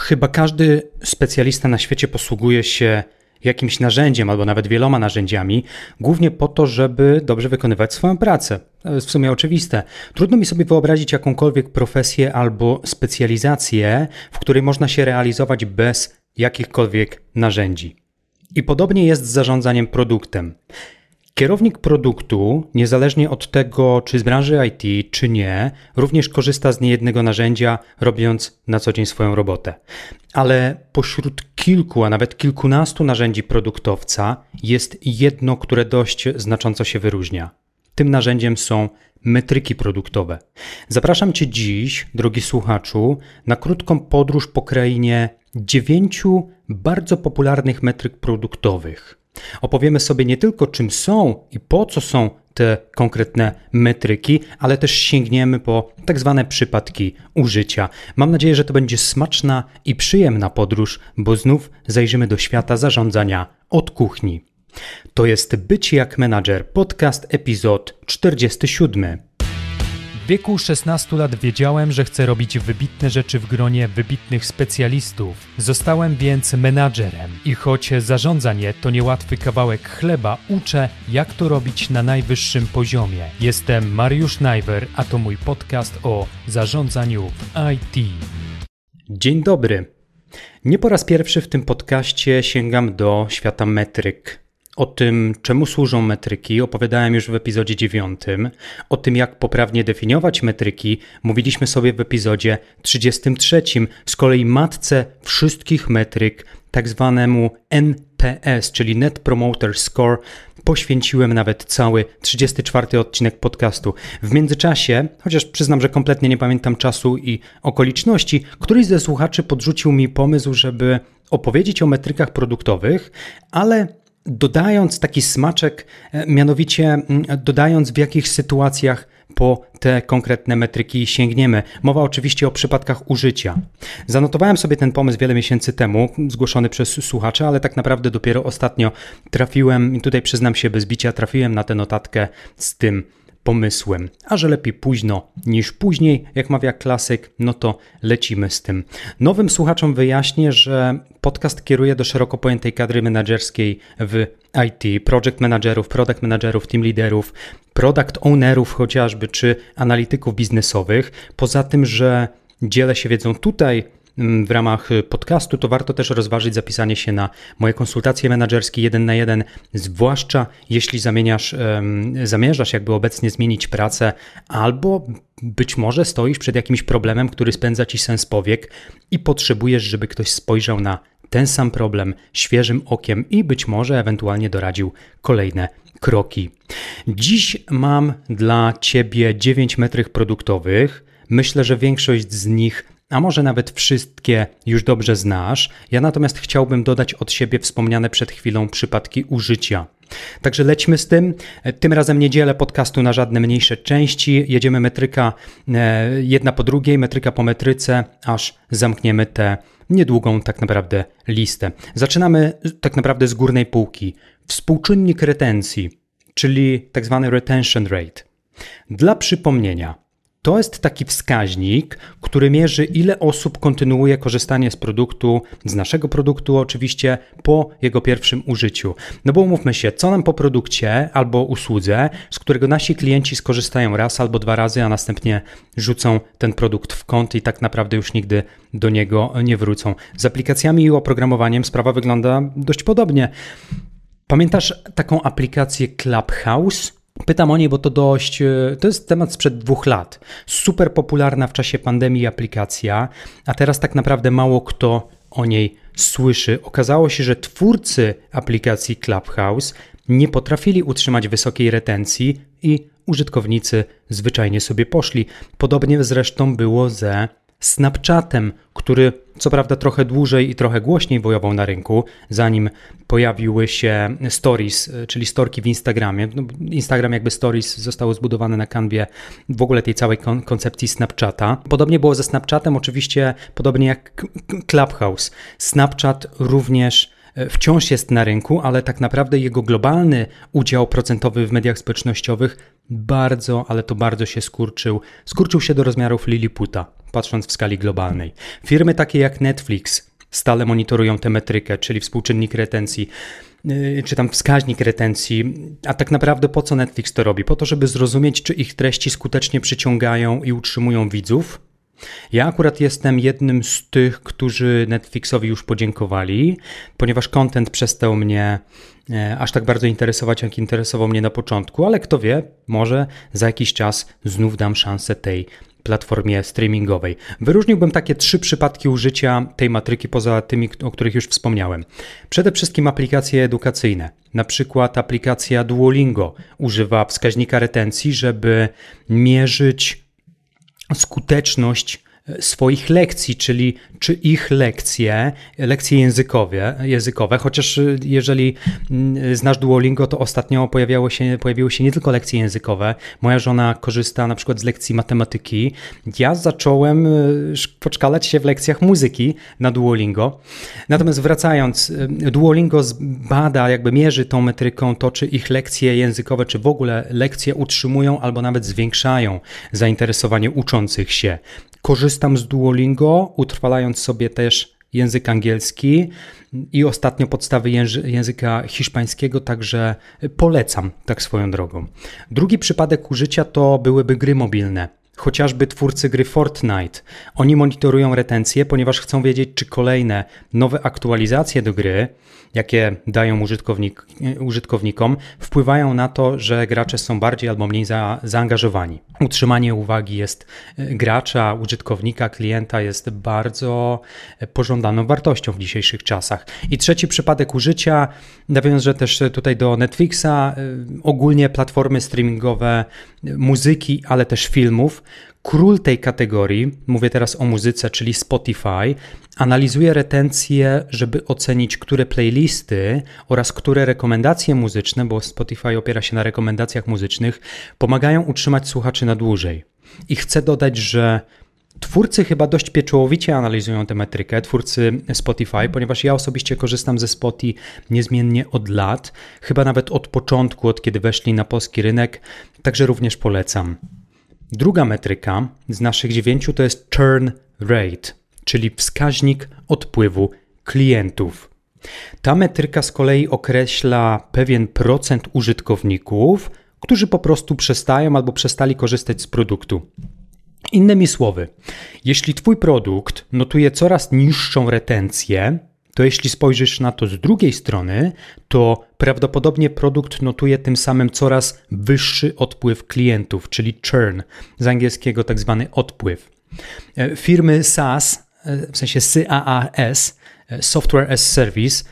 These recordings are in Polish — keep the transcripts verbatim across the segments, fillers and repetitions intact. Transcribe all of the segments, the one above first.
Chyba każdy specjalista na świecie posługuje się jakimś narzędziem albo nawet wieloma narzędziami, głównie po to, żeby dobrze wykonywać swoją pracę. To jest w sumie oczywiste. Trudno mi sobie wyobrazić jakąkolwiek profesję albo specjalizację, w której można się realizować bez jakichkolwiek narzędzi. I podobnie jest z zarządzaniem produktem. Kierownik produktu, niezależnie od tego, czy z branży I T, czy nie, również korzysta z niejednego narzędzia, robiąc na co dzień swoją robotę. Ale pośród kilku, a nawet kilkunastu narzędzi produktowca jest jedno, które dość znacząco się wyróżnia. Tym narzędziem są metryki produktowe. Zapraszam Cię dziś, drogi słuchaczu, na krótką podróż po krainie dziewięciu bardzo popularnych metryk produktowych. Opowiemy sobie nie tylko, czym są i po co są te konkretne metryki, ale też sięgniemy po tak zwane przypadki użycia. Mam nadzieję, że to będzie smaczna i przyjemna podróż, bo znów zajrzymy do świata zarządzania od kuchni. To jest Być jak menadżer, podcast, epizod czterdziesty siódmy. W wieku szesnastu lat wiedziałem, że chcę robić wybitne rzeczy w gronie wybitnych specjalistów. Zostałem więc menadżerem i choć zarządzanie to niełatwy kawałek chleba, uczę, jak to robić na najwyższym poziomie. Jestem Mariusz Najwer, a to mój podcast o zarządzaniu w I T. Dzień dobry. Nie po raz pierwszy w tym podcaście sięgam do świata metryk. O tym, czemu służą metryki, opowiadałem już w epizodzie dziewiątym. O tym, jak poprawnie definiować metryki, mówiliśmy sobie w epizodzie trzydziestym trzecim. Z kolei matce wszystkich metryk, tak zwanemu N P S, czyli Net Promoter Score, poświęciłem nawet cały trzydziesty czwarty odcinek podcastu. W międzyczasie, chociaż przyznam, że kompletnie nie pamiętam czasu i okoliczności, któryś ze słuchaczy podrzucił mi pomysł, żeby opowiedzieć o metrykach produktowych, ale dodając taki smaczek, mianowicie dodając w jakich sytuacjach po te konkretne metryki sięgniemy. Mowa oczywiście o przypadkach użycia. Zanotowałem sobie ten pomysł wiele miesięcy temu, zgłoszony przez słuchacza, ale tak naprawdę dopiero ostatnio trafiłem, i tutaj przyznam się bez bicia, trafiłem na tę notatkę z tym pomysłem. A że lepiej późno niż później, jak mawia klasyk, no to lecimy z tym. Nowym słuchaczom wyjaśnię, że podcast kieruje do szeroko pojętej kadry menedżerskiej w I T, project managerów, product managerów, team leaderów, product ownerów chociażby, czy analityków biznesowych. Poza tym, że dzielę się wiedzą tutaj w ramach podcastu, to warto też rozważyć zapisanie się na moje konsultacje menedżerskie jeden na jeden, zwłaszcza jeśli zamieniasz, zamierzasz jakby obecnie zmienić pracę albo być może stoisz przed jakimś problemem, który spędza Ci sens powiek i potrzebujesz, żeby ktoś spojrzał na ten sam problem świeżym okiem i być może ewentualnie doradził kolejne kroki. Dziś mam dla Ciebie dziewięć metryk produktowych. Myślę, że większość z nich, a może nawet wszystkie już dobrze znasz. Ja natomiast chciałbym dodać od siebie wspomniane przed chwilą przypadki użycia. Także lećmy z tym. Tym razem nie dzielę podcastu na żadne mniejsze części. Jedziemy metryka jedna po drugiej, metryka po metryce, aż zamkniemy tę niedługą tak naprawdę listę. Zaczynamy tak naprawdę z górnej półki. Współczynnik retencji, czyli tak zwany retention rate. Dla przypomnienia, to jest taki wskaźnik, który mierzy, ile osób kontynuuje korzystanie z produktu, z naszego produktu oczywiście, po jego pierwszym użyciu. No bo umówmy się, co nam po produkcie albo usłudze, z którego nasi klienci skorzystają raz albo dwa razy, a następnie rzucą ten produkt w kąt i tak naprawdę już nigdy do niego nie wrócą. Z aplikacjami i oprogramowaniem sprawa wygląda dość podobnie. Pamiętasz taką aplikację Clubhouse? Pytam o niej, bo to dość, to jest temat sprzed dwóch lat. Super popularna w czasie pandemii aplikacja, a teraz tak naprawdę mało kto o niej słyszy. Okazało się, że twórcy aplikacji Clubhouse nie potrafili utrzymać wysokiej retencji i użytkownicy zwyczajnie sobie poszli. Podobnie zresztą było ze Snapchatem, który co prawda trochę dłużej i trochę głośniej wojował na rynku, zanim pojawiły się stories, czyli storki w Instagramie. No, Instagram jakby stories zostały zbudowane na kanwie w ogóle tej całej kon- koncepcji Snapchata. Podobnie było ze Snapchatem, oczywiście podobnie jak Clubhouse. Snapchat również wciąż jest na rynku, ale tak naprawdę jego globalny udział procentowy w mediach społecznościowych bardzo, ale to bardzo się skurczył. Skurczył się do rozmiarów Liliputa. patrząc w skali globalnej. Firmy takie jak Netflix stale monitorują tę metrykę, czyli współczynnik retencji, czy tam wskaźnik retencji, a tak naprawdę po co Netflix to robi? Po to, żeby zrozumieć, czy ich treści skutecznie przyciągają i utrzymują widzów. Ja akurat jestem jednym z tych, którzy Netflixowi już podziękowali, ponieważ content przestał mnie aż tak bardzo interesować, jak interesował mnie na początku, ale kto wie, może za jakiś czas znów dam szansę tej platformie streamingowej. Wyróżniłbym takie trzy przypadki użycia tej matryki poza tymi, o których już wspomniałem. Przede wszystkim aplikacje edukacyjne. Na przykład aplikacja Duolingo używa wskaźnika retencji, żeby mierzyć skuteczność swoich lekcji, czyli czy ich lekcje, lekcje językowe, językowe, chociaż jeżeli znasz Duolingo, to ostatnio pojawiało się, pojawiły się nie tylko lekcje językowe. Moja żona korzysta na przykład z lekcji matematyki. Ja zacząłem poczkalać się w lekcjach muzyki na Duolingo. Natomiast wracając, Duolingo bada, jakby mierzy tą metryką to, czy ich lekcje językowe, czy w ogóle lekcje utrzymują albo nawet zwiększają zainteresowanie uczących się. Korzystam z Duolingo, utrwalając sobie też język angielski i ostatnio podstawy języka hiszpańskiego, także polecam tak swoją drogą. Drugi przypadek użycia to byłyby gry mobilne. Chociażby twórcy gry Fortnite. Oni monitorują retencję, ponieważ chcą wiedzieć, czy kolejne nowe aktualizacje do gry, jakie dają użytkownik, użytkownikom, wpływają na to, że gracze są bardziej albo mniej za, zaangażowani. Utrzymanie uwagi jest gracza, użytkownika, klienta jest bardzo pożądaną wartością w dzisiejszych czasach. I trzeci przypadek użycia, nawiążę też tutaj do Netflixa, ogólnie platformy streamingowe muzyki, ale też filmów. Król tej kategorii, mówię teraz o muzyce, czyli Spotify, analizuje retencję, żeby ocenić, które playlisty oraz które rekomendacje muzyczne, bo Spotify opiera się na rekomendacjach muzycznych, pomagają utrzymać słuchaczy na dłużej. I chcę dodać, że twórcy chyba dość pieczołowicie analizują tę metrykę, twórcy Spotify, ponieważ ja osobiście korzystam ze Spotify niezmiennie od lat, chyba nawet od początku, od kiedy weszli na polski rynek, także również polecam. Druga metryka z naszych dziewięciu to jest churn rate, czyli wskaźnik odpływu klientów. Ta metryka z kolei określa pewien procent użytkowników, którzy po prostu przestają albo przestali korzystać z produktu. Innymi słowy, jeśli Twój produkt notuje coraz niższą retencję, to jeśli spojrzysz na to z drugiej strony, to prawdopodobnie produkt notuje tym samym coraz wyższy odpływ klientów, czyli churn, z angielskiego tak zwany odpływ. Firmy SaaS, w sensie S A A S, Software as Service,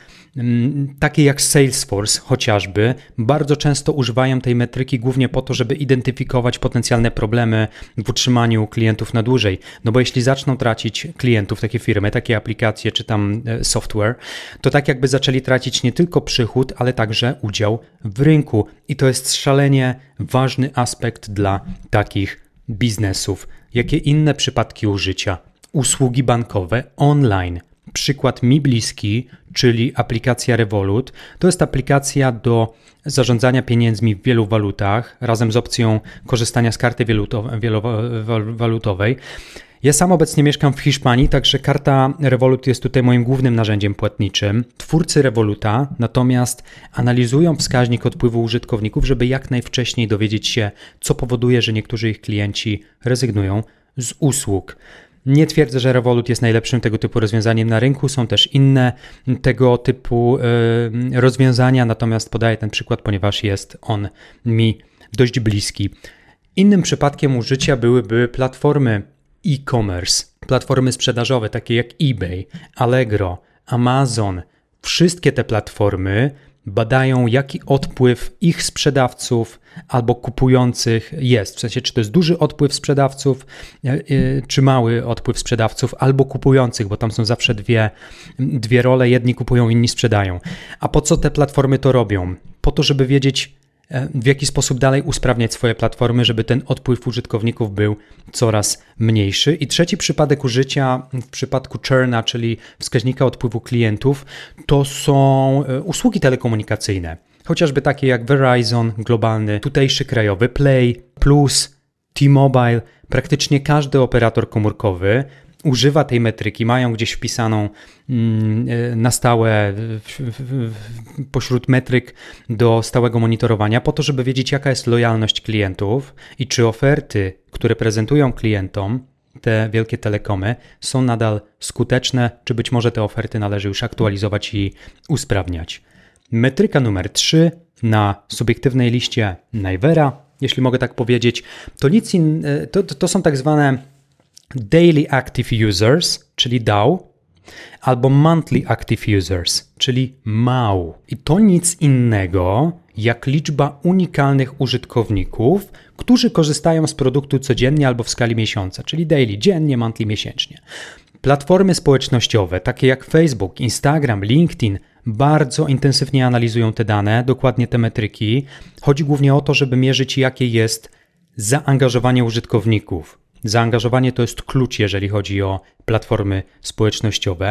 takie jak Salesforce chociażby, bardzo często używają tej metryki głównie po to, żeby identyfikować potencjalne problemy w utrzymaniu klientów na dłużej. No bo jeśli zaczną tracić klientów, takie firmy, takie aplikacje czy tam software, to tak jakby zaczęli tracić nie tylko przychód, ale także udział w rynku. I to jest szalenie ważny aspekt dla takich biznesów. Jakie inne przypadki użycia? Usługi bankowe online. Przykład mi bliski, czyli aplikacja Revolut, to jest aplikacja do zarządzania pieniędzmi w wielu walutach, razem z opcją korzystania z karty wielowalutowej. Ja sam obecnie mieszkam w Hiszpanii, także karta Revolut jest tutaj moim głównym narzędziem płatniczym. Twórcy Revoluta natomiast analizują wskaźnik odpływu użytkowników, żeby jak najwcześniej dowiedzieć się, co powoduje, że niektórzy ich klienci rezygnują z usług. Nie twierdzę, że Revolut jest najlepszym tego typu rozwiązaniem na rynku, są też inne tego typu y, rozwiązania, natomiast podaję ten przykład, ponieważ jest on mi dość bliski. Innym przypadkiem użycia byłyby platformy e-commerce, platformy sprzedażowe takie jak eBay, Allegro, Amazon. Wszystkie te platformy badają, jaki odpływ ich sprzedawców albo kupujących jest. W sensie, czy to jest duży odpływ sprzedawców, czy mały odpływ sprzedawców, albo kupujących, bo tam są zawsze dwie, dwie role, jedni kupują, inni sprzedają. A po co te platformy to robią? Po to, żeby wiedzieć, w jaki sposób dalej usprawniać swoje platformy, żeby ten odpływ użytkowników był coraz mniejszy. I trzeci przypadek użycia w przypadku churna, czyli wskaźnika odpływu klientów, to są usługi telekomunikacyjne. Chociażby takie jak Verizon globalny, tutejszy krajowy Play, Plus, T-Mobile, praktycznie każdy operator komórkowy używa tej metryki, mają gdzieś wpisaną na stałe pośród metryk do stałego monitorowania po to, żeby wiedzieć, jaka jest lojalność klientów i czy oferty, które prezentują klientom te wielkie telekomy, są nadal skuteczne, czy być może te oferty należy już aktualizować i usprawniać. Metryka numer trzy na subiektywnej liście Nivera, jeśli mogę tak powiedzieć, to nic in, to, to są tak zwane Daily Active Users, czyli D A U, albo Monthly Active Users, czyli M A U. I to nic innego jak liczba unikalnych użytkowników, którzy korzystają z produktu codziennie albo w skali miesiąca, czyli daily, dziennie, monthly, miesięcznie. Platformy społecznościowe, takie jak Facebook, Instagram, LinkedIn, bardzo intensywnie analizują te dane, dokładnie te metryki. Chodzi głównie o to, żeby mierzyć, jakie jest zaangażowanie użytkowników. Zaangażowanie to jest klucz, jeżeli chodzi o platformy społecznościowe.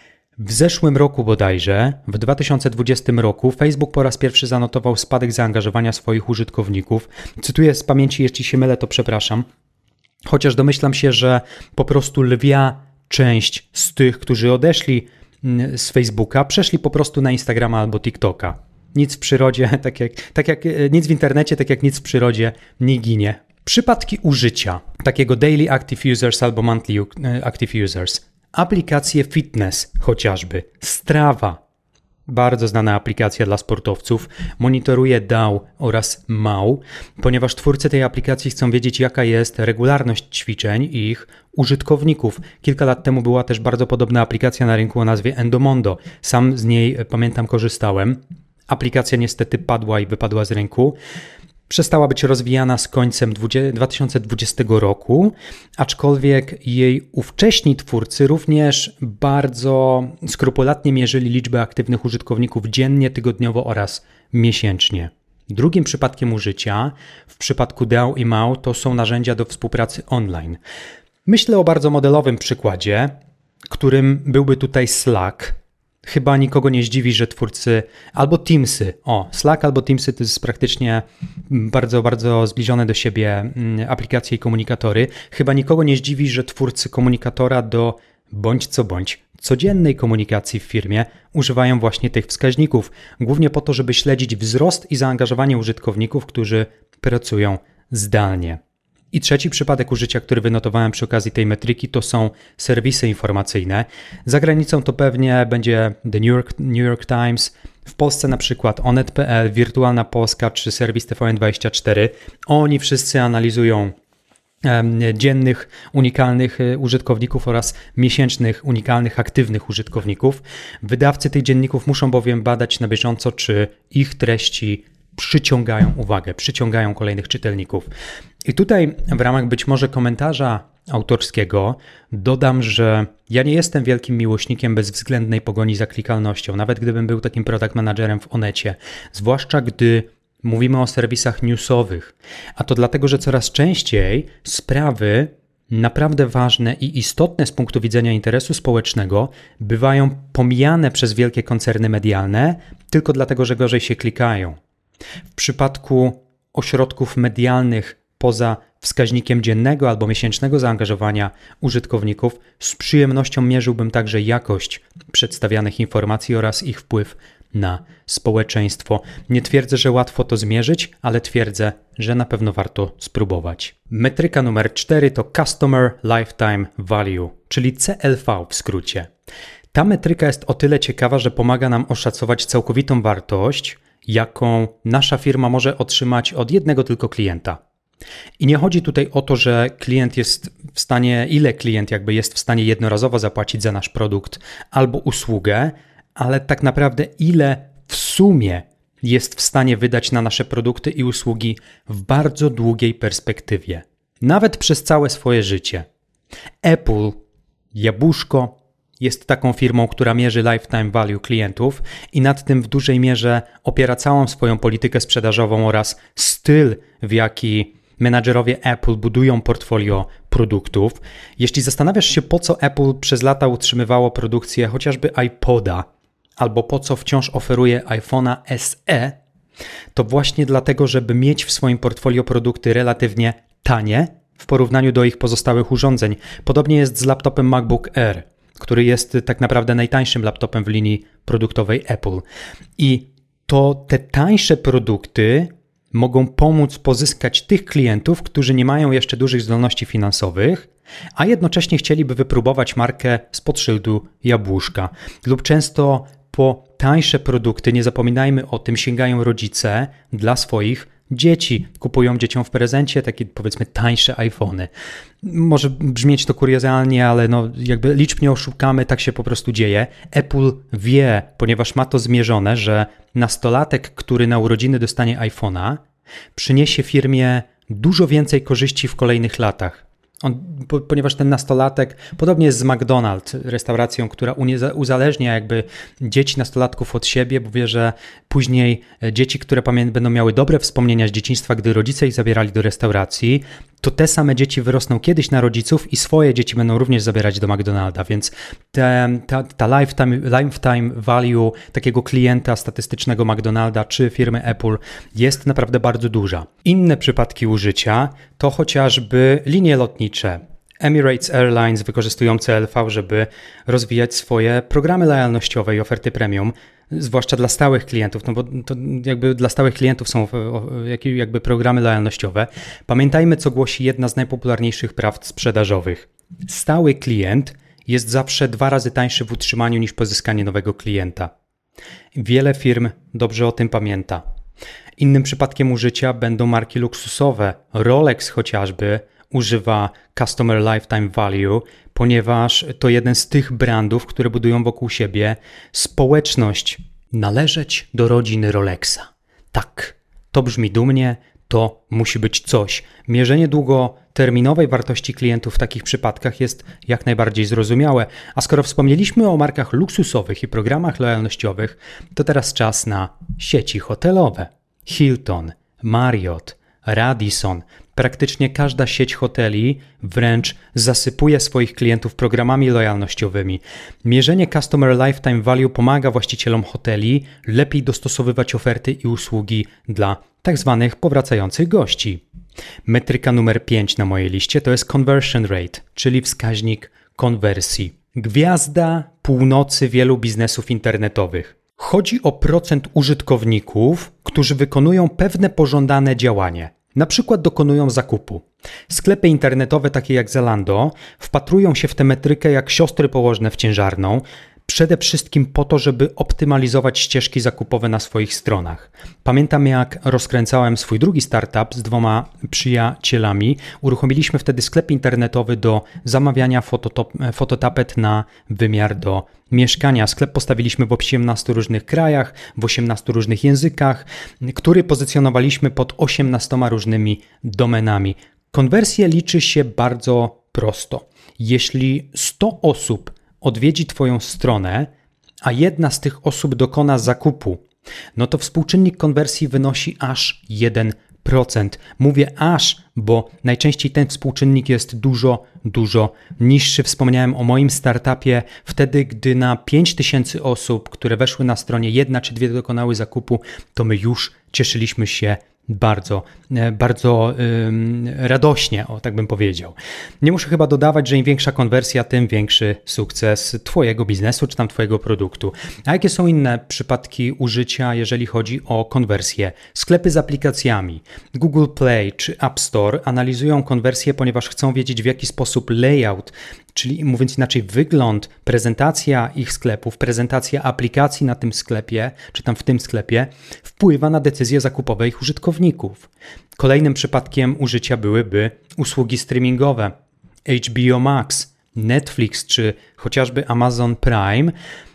W zeszłym roku bodajże, w dwa tysiące dwudziestym roku, Facebook po raz pierwszy zanotował spadek zaangażowania swoich użytkowników. Cytuję z pamięci, jeśli się mylę, to przepraszam. Chociaż domyślam się, że po prostu lwia część z tych, którzy odeszli z Facebooka, przeszli po prostu na Instagrama albo TikToka. Nic w przyrodzie, tak jak, tak jak nic w internecie, tak jak nic w przyrodzie nie ginie. Przypadki użycia takiego Daily Active Users albo Monthly Active Users. Aplikacje fitness chociażby. Strava, bardzo znana aplikacja dla sportowców, monitoruje D A U oraz M A U, ponieważ twórcy tej aplikacji chcą wiedzieć, jaka jest regularność ćwiczeń ich użytkowników. Kilka lat temu była też bardzo podobna aplikacja na rynku o nazwie Endomondo. Sam z niej, pamiętam, korzystałem. Aplikacja niestety padła i wypadła z rynku. Przestała być rozwijana z końcem dwa tysiące dwudziestego roku, aczkolwiek jej ówcześni twórcy również bardzo skrupulatnie mierzyli liczbę aktywnych użytkowników dziennie, tygodniowo oraz miesięcznie. Drugim przypadkiem użycia w przypadku D A U i M A U to są narzędzia do współpracy online. Myślę o bardzo modelowym przykładzie, którym byłby tutaj Slack. Chyba nikogo nie zdziwi, że twórcy albo Teamsy, o Slack albo Teamsy to jest praktycznie bardzo, bardzo zbliżone do siebie aplikacje i komunikatory. Chyba nikogo nie zdziwi, że twórcy komunikatora do bądź co bądź codziennej komunikacji w firmie używają właśnie tych wskaźników, głównie po to, żeby śledzić wzrost i zaangażowanie użytkowników, którzy pracują zdalnie. I trzeci przypadek użycia, który wynotowałem przy okazji tej metryki, to są serwisy informacyjne. Za granicą to pewnie będzie The New York, New York Times, w Polsce na przykład Onet kropka pe el, Wirtualna Polska czy serwis T V N dwadzieścia cztery. Oni wszyscy analizują dziennych, unikalnych użytkowników oraz miesięcznych, unikalnych, aktywnych użytkowników. Wydawcy tych dzienników muszą bowiem badać na bieżąco, czy ich treści przyciągają uwagę, przyciągają kolejnych czytelników. I tutaj w ramach być może komentarza autorskiego dodam, że ja nie jestem wielkim miłośnikiem bezwzględnej pogoni za klikalnością, nawet gdybym był takim product managerem w Onecie, zwłaszcza gdy mówimy o serwisach newsowych. A to dlatego, że coraz częściej sprawy naprawdę ważne i istotne z punktu widzenia interesu społecznego bywają pomijane przez wielkie koncerny medialne tylko dlatego, że gorzej się klikają. W przypadku ośrodków medialnych poza wskaźnikiem dziennego albo miesięcznego zaangażowania użytkowników z przyjemnością mierzyłbym także jakość przedstawianych informacji oraz ich wpływ na społeczeństwo. Nie twierdzę, że łatwo to zmierzyć, ale twierdzę, że na pewno warto spróbować. Metryka numer cztery to Customer Lifetime Value, czyli C L V w skrócie. Ta metryka jest o tyle ciekawa, że pomaga nam oszacować całkowitą wartość, jaką nasza firma może otrzymać od jednego tylko klienta. I nie chodzi tutaj o to, że klient jest w stanie, ile klient jakby jest w stanie jednorazowo zapłacić za nasz produkt albo usługę, ale tak naprawdę ile w sumie jest w stanie wydać na nasze produkty i usługi w bardzo długiej perspektywie. Nawet przez całe swoje życie. Apple, jabłuszko, jest taką firmą, która mierzy lifetime value klientów i nad tym w dużej mierze opiera całą swoją politykę sprzedażową oraz styl, w jaki menadżerowie Apple budują portfolio produktów. Jeśli zastanawiasz się, po co Apple przez lata utrzymywało produkcję chociażby iPoda albo po co wciąż oferuje iPhone'a S E, to właśnie dlatego, żeby mieć w swoim portfolio produkty relatywnie tanie w porównaniu do ich pozostałych urządzeń. Podobnie jest z laptopem MacBook Air, który jest tak naprawdę najtańszym laptopem w linii produktowej Apple. I to te tańsze produkty mogą pomóc pozyskać tych klientów, którzy nie mają jeszcze dużych zdolności finansowych, a jednocześnie chcieliby wypróbować markę spod szyldu jabłuszka. Lub często po tańsze produkty, nie zapominajmy o tym, sięgają rodzice dla swoich dzieci. Kupują dzieciom w prezencie takie, powiedzmy, tańsze iPhony. Może brzmieć to kuriozalnie, ale no jakby licz nie oszukamy, tak się po prostu dzieje. Apple wie, ponieważ ma to zmierzone, że nastolatek, który na urodziny dostanie iPhone'a, przyniesie firmie dużo więcej korzyści w kolejnych latach. On, po, ponieważ ten nastolatek, podobnie jest z McDonald's, restauracją, która unieza, uzależnia jakby dzieci nastolatków od siebie, bo wie, że później dzieci, które pamię- będą miały dobre wspomnienia z dzieciństwa, gdy rodzice ich zabierali do restauracji, to te same dzieci wyrosną kiedyś na rodziców i swoje dzieci będą również zabierać do McDonalda, więc te, ta, ta lifetime, lifetime value takiego klienta statystycznego McDonalda czy firmy Apple jest naprawdę bardzo duża. Inne przypadki użycia to chociażby linie lotnicze. Emirates Airlines wykorzystujące L V, żeby rozwijać swoje programy lojalnościowe i oferty premium, zwłaszcza dla stałych klientów, no bo to jakby dla stałych klientów są jakby programy lojalnościowe. Pamiętajmy, co głosi jedna z najpopularniejszych prawd sprzedażowych. Stały klient jest zawsze dwa razy tańszy w utrzymaniu niż pozyskanie nowego klienta. Wiele firm dobrze o tym pamięta. Innym przypadkiem użycia będą marki luksusowe. Rolex chociażby używa Customer Lifetime Value, ponieważ to jeden z tych brandów, które budują wokół siebie społeczność. Należeć do rodziny Rolexa. Tak, to brzmi dumnie, to musi być coś. Mierzenie długoterminowej wartości klientów w takich przypadkach jest jak najbardziej zrozumiałe. A skoro wspomnieliśmy o markach luksusowych i programach lojalnościowych, to teraz czas na sieci hotelowe. Hilton, Marriott, Radisson, praktycznie każda sieć hoteli wręcz zasypuje swoich klientów programami lojalnościowymi. Mierzenie Customer Lifetime Value pomaga właścicielom hoteli lepiej dostosowywać oferty i usługi dla tzw. powracających gości. Metryka numer pięć na mojej liście to jest conversion rate, czyli wskaźnik konwersji. Gwiazda północy wielu biznesów internetowych. Chodzi o procent użytkowników, którzy wykonują pewne pożądane działanie. Na przykład dokonują zakupu. Sklepy internetowe takie jak Zalando wpatrują się w tę metrykę jak siostry położne w ciężarną, przede wszystkim po to, żeby optymalizować ścieżki zakupowe na swoich stronach. Pamiętam, jak rozkręcałem swój drugi startup z dwoma przyjacielami. Uruchomiliśmy wtedy sklep internetowy do zamawiania fototop- fototapet na wymiar do mieszkania. Sklep postawiliśmy w osiemnastu różnych krajach, w osiemnastu różnych językach, który pozycjonowaliśmy pod osiemnastoma różnymi domenami. Konwersję liczy się bardzo prosto. Jeśli sto osób odwiedzi Twoją stronę, a jedna z tych osób dokona zakupu, no to współczynnik konwersji wynosi aż jeden procent. Mówię aż, bo najczęściej ten współczynnik jest dużo, dużo niższy. Wspomniałem o moim startupie wtedy, gdy na pięć tysięcy osób, które weszły na stronie, jedna czy dwie dokonały zakupu, to my już cieszyliśmy się bardzo, bardzo ym, radośnie, o tak bym powiedział. Nie muszę chyba dodawać, że im większa konwersja, tym większy sukces Twojego biznesu czy tam Twojego produktu. A jakie są inne przypadki użycia, jeżeli chodzi o konwersję? Sklepy z aplikacjami, Google Play czy App Store analizują konwersję, ponieważ chcą wiedzieć, w jaki sposób layout, czyli mówiąc inaczej wygląd, prezentacja ich sklepów, prezentacja aplikacji na tym sklepie, czy tam w tym sklepie wpływa na decyzje zakupowe ich użytkowników. Kolejnym przypadkiem użycia byłyby usługi streamingowe, H B O Max, Netflix czy chociażby Amazon Prime.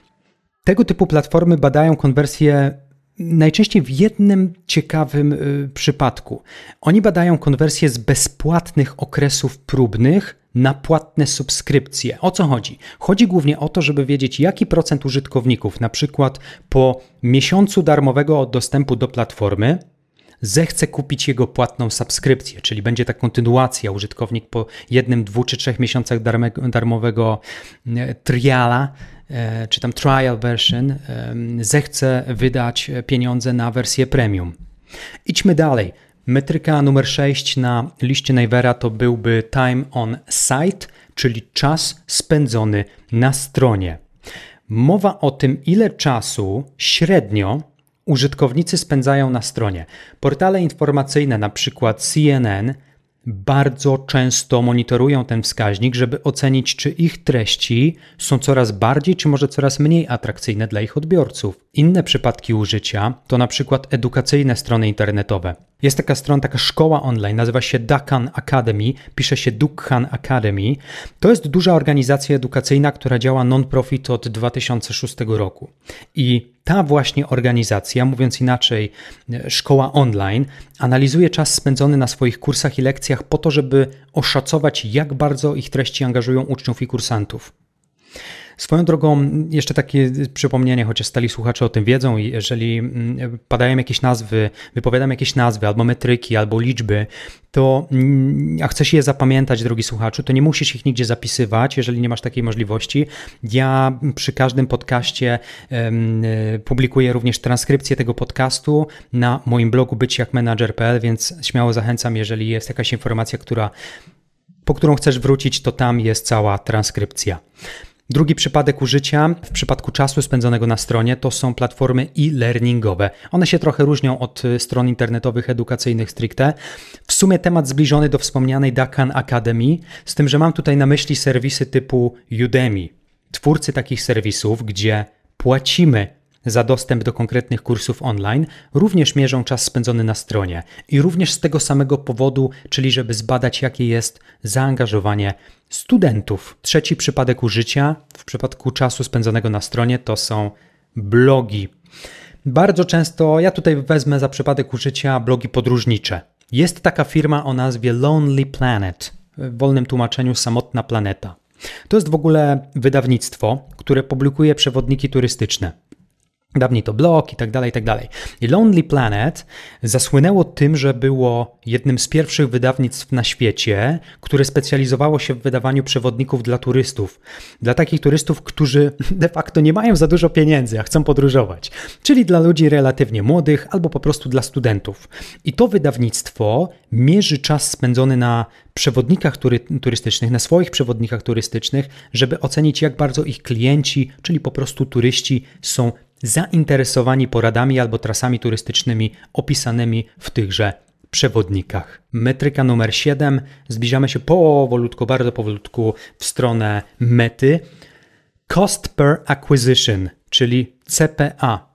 Tego typu platformy badają konwersję najczęściej w jednym ciekawym y, przypadku. Oni badają konwersję z bezpłatnych okresów próbnych na płatne subskrypcje. O co chodzi? Chodzi głównie o to, żeby wiedzieć, jaki procent użytkowników, na przykład po miesiącu darmowego dostępu do platformy, zechce kupić jego płatną subskrypcję, czyli będzie ta kontynuacja. Użytkownik po jednym, dwóch czy trzech miesiącach darmowego triala, czy tam trial version, zechce wydać pieniądze na wersję premium. Idźmy dalej. Metryka numer sześć na liście Navera to byłby time on site, czyli czas spędzony na stronie. Mowa o tym, ile czasu średnio użytkownicy spędzają na stronie. Portale informacyjne, na przykład C N N, bardzo często monitorują ten wskaźnik, żeby ocenić, czy ich treści są coraz bardziej, czy może coraz mniej atrakcyjne dla ich odbiorców. Inne przypadki użycia to na przykład edukacyjne strony internetowe. Jest taka strona, taka szkoła online, nazywa się Dukhan Academy, pisze się Dukhan Academy. To jest duża organizacja edukacyjna, która działa non-profit od dwa tysiące szóstego roku. I ta właśnie organizacja, mówiąc inaczej, szkoła online, analizuje czas spędzony na swoich kursach i lekcjach po to, żeby oszacować, jak bardzo ich treści angażują uczniów i kursantów. Swoją drogą, jeszcze takie przypomnienie, chociaż stali słuchacze o tym wiedzą, i jeżeli padają jakieś nazwy, wypowiadam jakieś nazwy, albo metryki, albo liczby, to a chcesz je zapamiętać, drogi słuchaczu, to nie musisz ich nigdzie zapisywać, jeżeli nie masz takiej możliwości. Ja przy każdym podcaście um, publikuję również transkrypcję tego podcastu na moim blogu być jak menadżer kropka p l, więc śmiało zachęcam, jeżeli jest jakaś informacja, która, po którą chcesz wrócić, to tam jest cała transkrypcja. Drugi przypadek użycia w przypadku czasu spędzonego na stronie to są platformy e-learningowe. One się trochę różnią od stron internetowych edukacyjnych stricte. W sumie temat zbliżony do wspomnianej Dukhan Academy, z tym, że mam tutaj na myśli serwisy typu Udemy. Twórcy takich serwisów, gdzie płacimy za dostęp do konkretnych kursów online, również mierzą czas spędzony na stronie. I również z tego samego powodu, czyli żeby zbadać, jakie jest zaangażowanie studentów. Trzeci przypadek użycia w przypadku czasu spędzonego na stronie to są blogi. Bardzo często, ja tutaj wezmę za przypadek użycia blogi podróżnicze. Jest taka firma o nazwie Lonely Planet, w wolnym tłumaczeniu Samotna Planeta. To jest w ogóle wydawnictwo, które publikuje przewodniki turystyczne. Dawniej to blog i tak dalej, i tak dalej. I Lonely Planet zasłynęło tym, że było jednym z pierwszych wydawnictw na świecie, które specjalizowało się w wydawaniu przewodników dla turystów. Dla takich turystów, którzy de facto nie mają za dużo pieniędzy, a chcą podróżować. Czyli dla ludzi relatywnie młodych albo po prostu dla studentów. I to wydawnictwo mierzy czas spędzony na przewodnikach tury, turystycznych, na swoich przewodnikach turystycznych, żeby ocenić, jak bardzo ich klienci, czyli po prostu turyści, są zainteresowani poradami albo trasami turystycznymi opisanymi w tychże przewodnikach. Metryka numer siedem. Zbliżamy się powolutku, bardzo powolutku w stronę mety. Cost per acquisition, czyli C P A.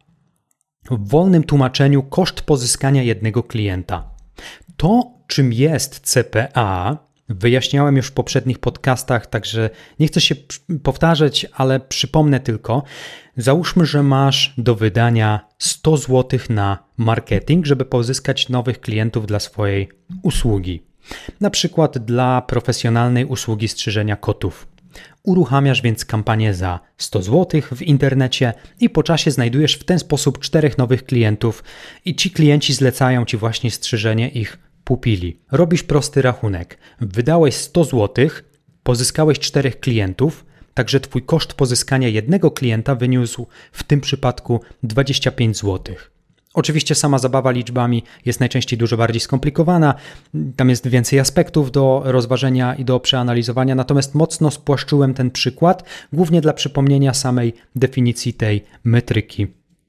W wolnym tłumaczeniu koszt pozyskania jednego klienta. To, czym jest C P A, wyjaśniałem już w poprzednich podcastach, także nie chcę się powtarzać, ale przypomnę tylko. Załóżmy, że masz do wydania sto złotych na marketing, żeby pozyskać nowych klientów dla swojej usługi. Na przykład dla profesjonalnej usługi strzyżenia kotów. Uruchamiasz więc kampanię za sto złotych w internecie i po czasie znajdujesz w ten sposób czterech nowych klientów i ci klienci zlecają ci właśnie strzyżenie ich pupili. Robisz prosty rachunek. Wydałeś sto złotych, pozyskałeś czterech klientów, także twój koszt pozyskania jednego klienta wyniósł w tym przypadku dwadzieścia pięć złotych. Oczywiście sama zabawa liczbami jest najczęściej dużo bardziej skomplikowana, tam jest więcej aspektów do rozważenia i do przeanalizowania, natomiast mocno spłaszczyłem ten przykład, głównie dla przypomnienia samej definicji tej metryki.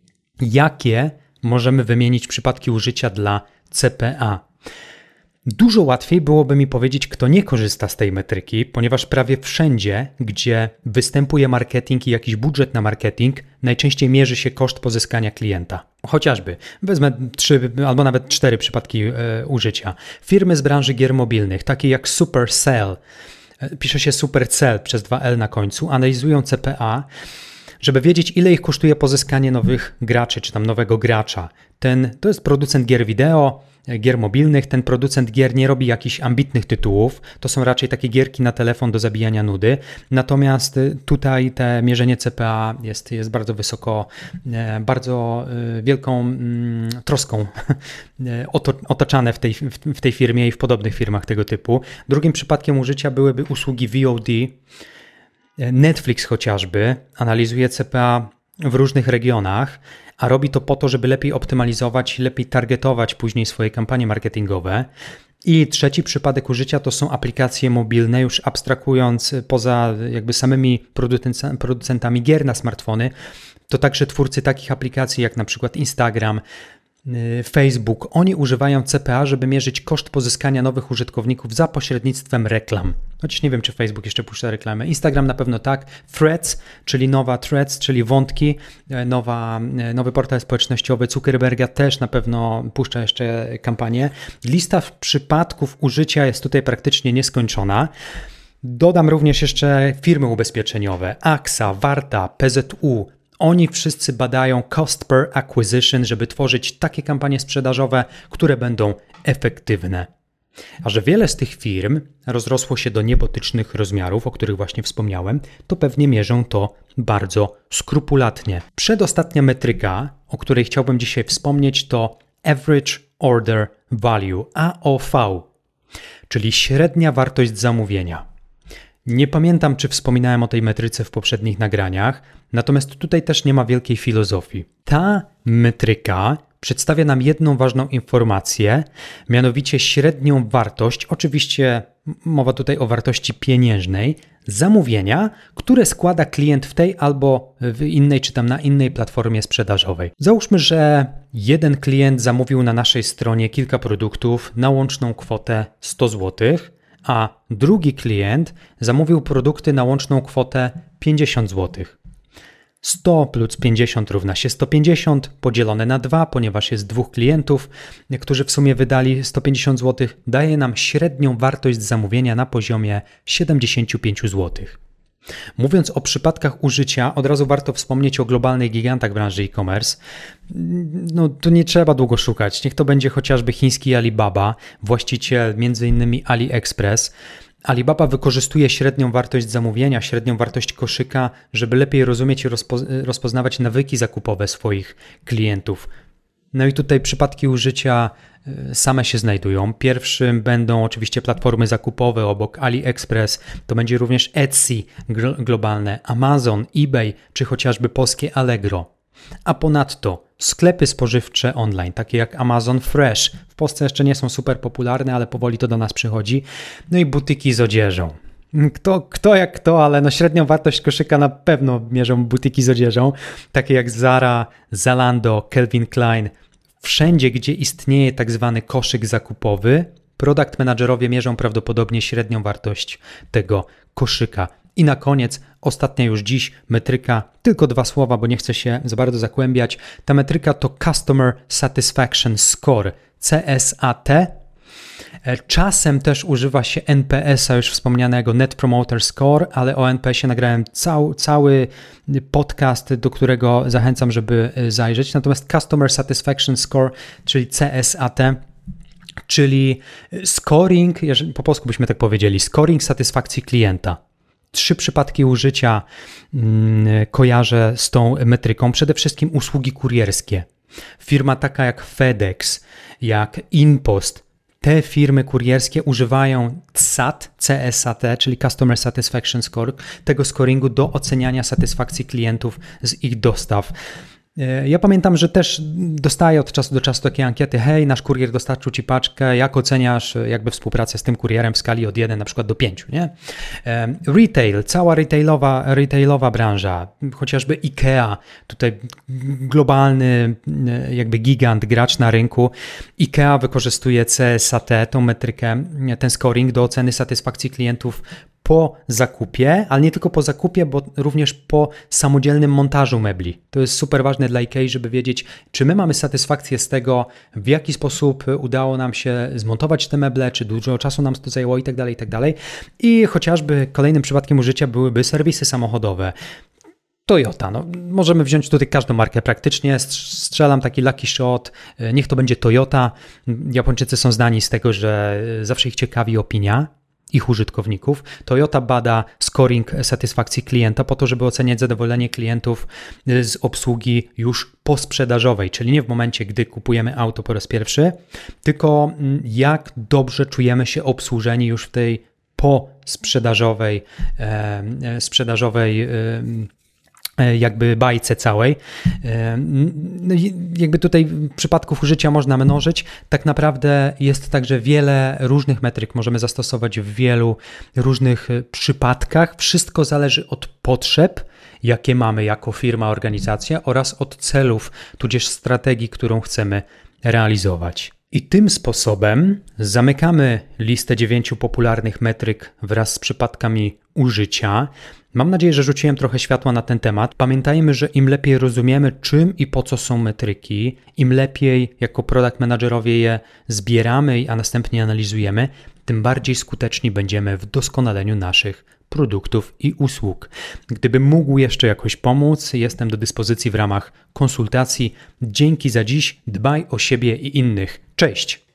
Jakie możemy wymienić przypadki użycia dla C P A? Dużo łatwiej byłoby mi powiedzieć, kto nie korzysta z tej metryki, ponieważ prawie wszędzie, gdzie występuje marketing i jakiś budżet na marketing, najczęściej mierzy się koszt pozyskania klienta. Chociażby, wezmę trzy albo nawet cztery przypadki e, użycia. Firmy z branży gier mobilnych, takie jak Supercell, e, pisze się Supercell przez dwa L na końcu, analizują C P A, żeby wiedzieć, ile ich kosztuje pozyskanie nowych graczy, czy tam nowego gracza. Ten, to jest producent gier wideo, gier mobilnych. Ten producent gier nie robi jakichś ambitnych tytułów. To są raczej takie gierki na telefon do zabijania nudy. Natomiast tutaj te mierzenie C P A jest, jest bardzo wysoko, bardzo wielką troską otaczane w tej, w tej firmie i w podobnych firmach tego typu. Drugim przypadkiem użycia byłyby usługi V O D. Netflix chociażby analizuje C P A w różnych regionach, a robi to po to, żeby lepiej optymalizować, lepiej targetować później swoje kampanie marketingowe. I trzeci przypadek użycia to są aplikacje mobilne, już abstrahując poza jakby samymi producentami gier na smartfony, to także twórcy takich aplikacji jak na przykład Instagram, Facebook. Oni używają C P A, żeby mierzyć koszt pozyskania nowych użytkowników za pośrednictwem reklam. Chociaż nie wiem, czy Facebook jeszcze puszcza reklamę. Instagram na pewno tak. Threads, czyli nowa Threads, czyli wątki, nowa, nowy portal społecznościowy Zuckerberga też na pewno puszcza jeszcze kampanię. Lista przypadków użycia jest tutaj praktycznie nieskończona. Dodam również jeszcze firmy ubezpieczeniowe, A X A, Warta, P Z U. Oni wszyscy badają cost per acquisition, żeby tworzyć takie kampanie sprzedażowe, które będą efektywne. A że wiele z tych firm rozrosło się do niebotycznych rozmiarów, o których właśnie wspomniałem, to pewnie mierzą to bardzo skrupulatnie. Przedostatnia metryka, o której chciałbym dzisiaj wspomnieć, to Average Order Value, A O V, czyli średnia wartość zamówienia. Nie pamiętam, czy wspominałem o tej metryce w poprzednich nagraniach, natomiast tutaj też nie ma wielkiej filozofii. Ta metryka przedstawia nam jedną ważną informację, mianowicie średnią wartość, oczywiście mowa tutaj o wartości pieniężnej, zamówienia, które składa klient w tej albo w innej, czy tam na innej platformie sprzedażowej. Załóżmy, że jeden klient zamówił na naszej stronie kilka produktów na łączną kwotę sto złotych, a drugi klient zamówił produkty na łączną kwotę pięćdziesiąt złotych. sto plus pięćdziesiąt równa się sto pięćdziesiąt, podzielone na dwa, ponieważ jest dwóch klientów, którzy w sumie wydali sto pięćdziesiąt złotych, daje nam średnią wartość zamówienia na poziomie siedemdziesiąt pięć złotych. Mówiąc o przypadkach użycia, od razu warto wspomnieć o globalnych gigantach branży e-commerce. No, tu nie trzeba długo szukać. Niech to będzie chociażby chiński Alibaba, właściciel między innymi AliExpress. Alibaba wykorzystuje średnią wartość zamówienia, średnią wartość koszyka, żeby lepiej rozumieć i rozpo- rozpoznawać nawyki zakupowe swoich klientów. No i tutaj przypadki użycia same się znajdują. Pierwszym będą oczywiście platformy zakupowe obok AliExpress, to będzie również Etsy globalne, Amazon, eBay czy chociażby polskie Allegro. A ponadto sklepy spożywcze online, takie jak Amazon Fresh, w Polsce jeszcze nie są super popularne, ale powoli to do nas przychodzi. No i butyki z odzieżą. Kto, kto jak kto, ale no średnią wartość koszyka na pewno mierzą butyki z odzieżą, takie jak Zara, Zalando, Calvin Klein. Wszędzie, gdzie istnieje tak zwany koszyk zakupowy, product managerowie mierzą prawdopodobnie średnią wartość tego koszyka. I na koniec, ostatnia już dziś metryka, tylko dwa słowa, bo nie chcę się za bardzo zagłębiać. Ta metryka to Customer Satisfaction Score, C S A T. Czasem też używa się N P S-a, już wspomnianego Net Promoter Score, ale o N P S-ie nagrałem cał, cały podcast, do którego zachęcam, żeby zajrzeć. Natomiast Customer Satisfaction Score, czyli C S A T, czyli scoring, jeżeli po polsku byśmy tak powiedzieli, scoring satysfakcji klienta. Trzy przypadki użycia hmm, kojarzę z tą metryką. Przede wszystkim usługi kurierskie. Firma taka jak FedEx, jak InPost, te firmy kurierskie używają C S A T, C S A T, czyli Customer Satisfaction Score, tego scoringu do oceniania satysfakcji klientów z ich dostaw. Ja pamiętam, że też dostaję od czasu do czasu takie ankiety: hej, nasz kurier dostarczył Ci paczkę, jak oceniasz jakby współpracę z tym kurierem w skali od jeden na przykład do pięciu, nie? Retail, cała retailowa, retailowa branża, chociażby IKEA, tutaj globalny jakby gigant, gracz na rynku. IKEA wykorzystuje C S A T, tą metrykę, ten scoring do oceny satysfakcji klientów po zakupie, ale nie tylko po zakupie, bo również po samodzielnym montażu mebli. To jest super ważne dla IKEA, żeby wiedzieć, czy my mamy satysfakcję z tego, w jaki sposób udało nam się zmontować te meble, czy dużo czasu nam to zajęło i tak dalej, i tak dalej. I chociażby kolejnym przypadkiem użycia byłyby serwisy samochodowe. Toyota, no możemy wziąć tutaj każdą markę praktycznie, strzelam taki lucky shot, niech to będzie Toyota. Japończycy są znani z tego, że zawsze ich ciekawi opinia ich użytkowników. Toyota bada scoring satysfakcji klienta po to, żeby oceniać zadowolenie klientów z obsługi już posprzedażowej, czyli nie w momencie, gdy kupujemy auto po raz pierwszy, tylko jak dobrze czujemy się obsłużeni już w tej posprzedażowej, e, sprzedażowej e, jakby bajce całej. No jakby tutaj przypadków użycia można mnożyć. Tak naprawdę jest także wiele różnych metryk możemy zastosować w wielu różnych przypadkach. Wszystko zależy od potrzeb, jakie mamy jako firma, organizacja oraz od celów, tudzież strategii, którą chcemy realizować. I tym sposobem zamykamy listę dziewięciu popularnych metryk wraz z przypadkami użycia. Mam nadzieję, że rzuciłem trochę światła na ten temat. Pamiętajmy, że im lepiej rozumiemy, czym i po co są metryki, im lepiej jako product managerowie je zbieramy, a następnie analizujemy, tym bardziej skuteczni będziemy w doskonaleniu naszych produktów i usług. Gdybym mógł jeszcze jakoś pomóc, jestem do dyspozycji w ramach konsultacji. Dzięki za dziś, dbaj o siebie i innych. Cześć!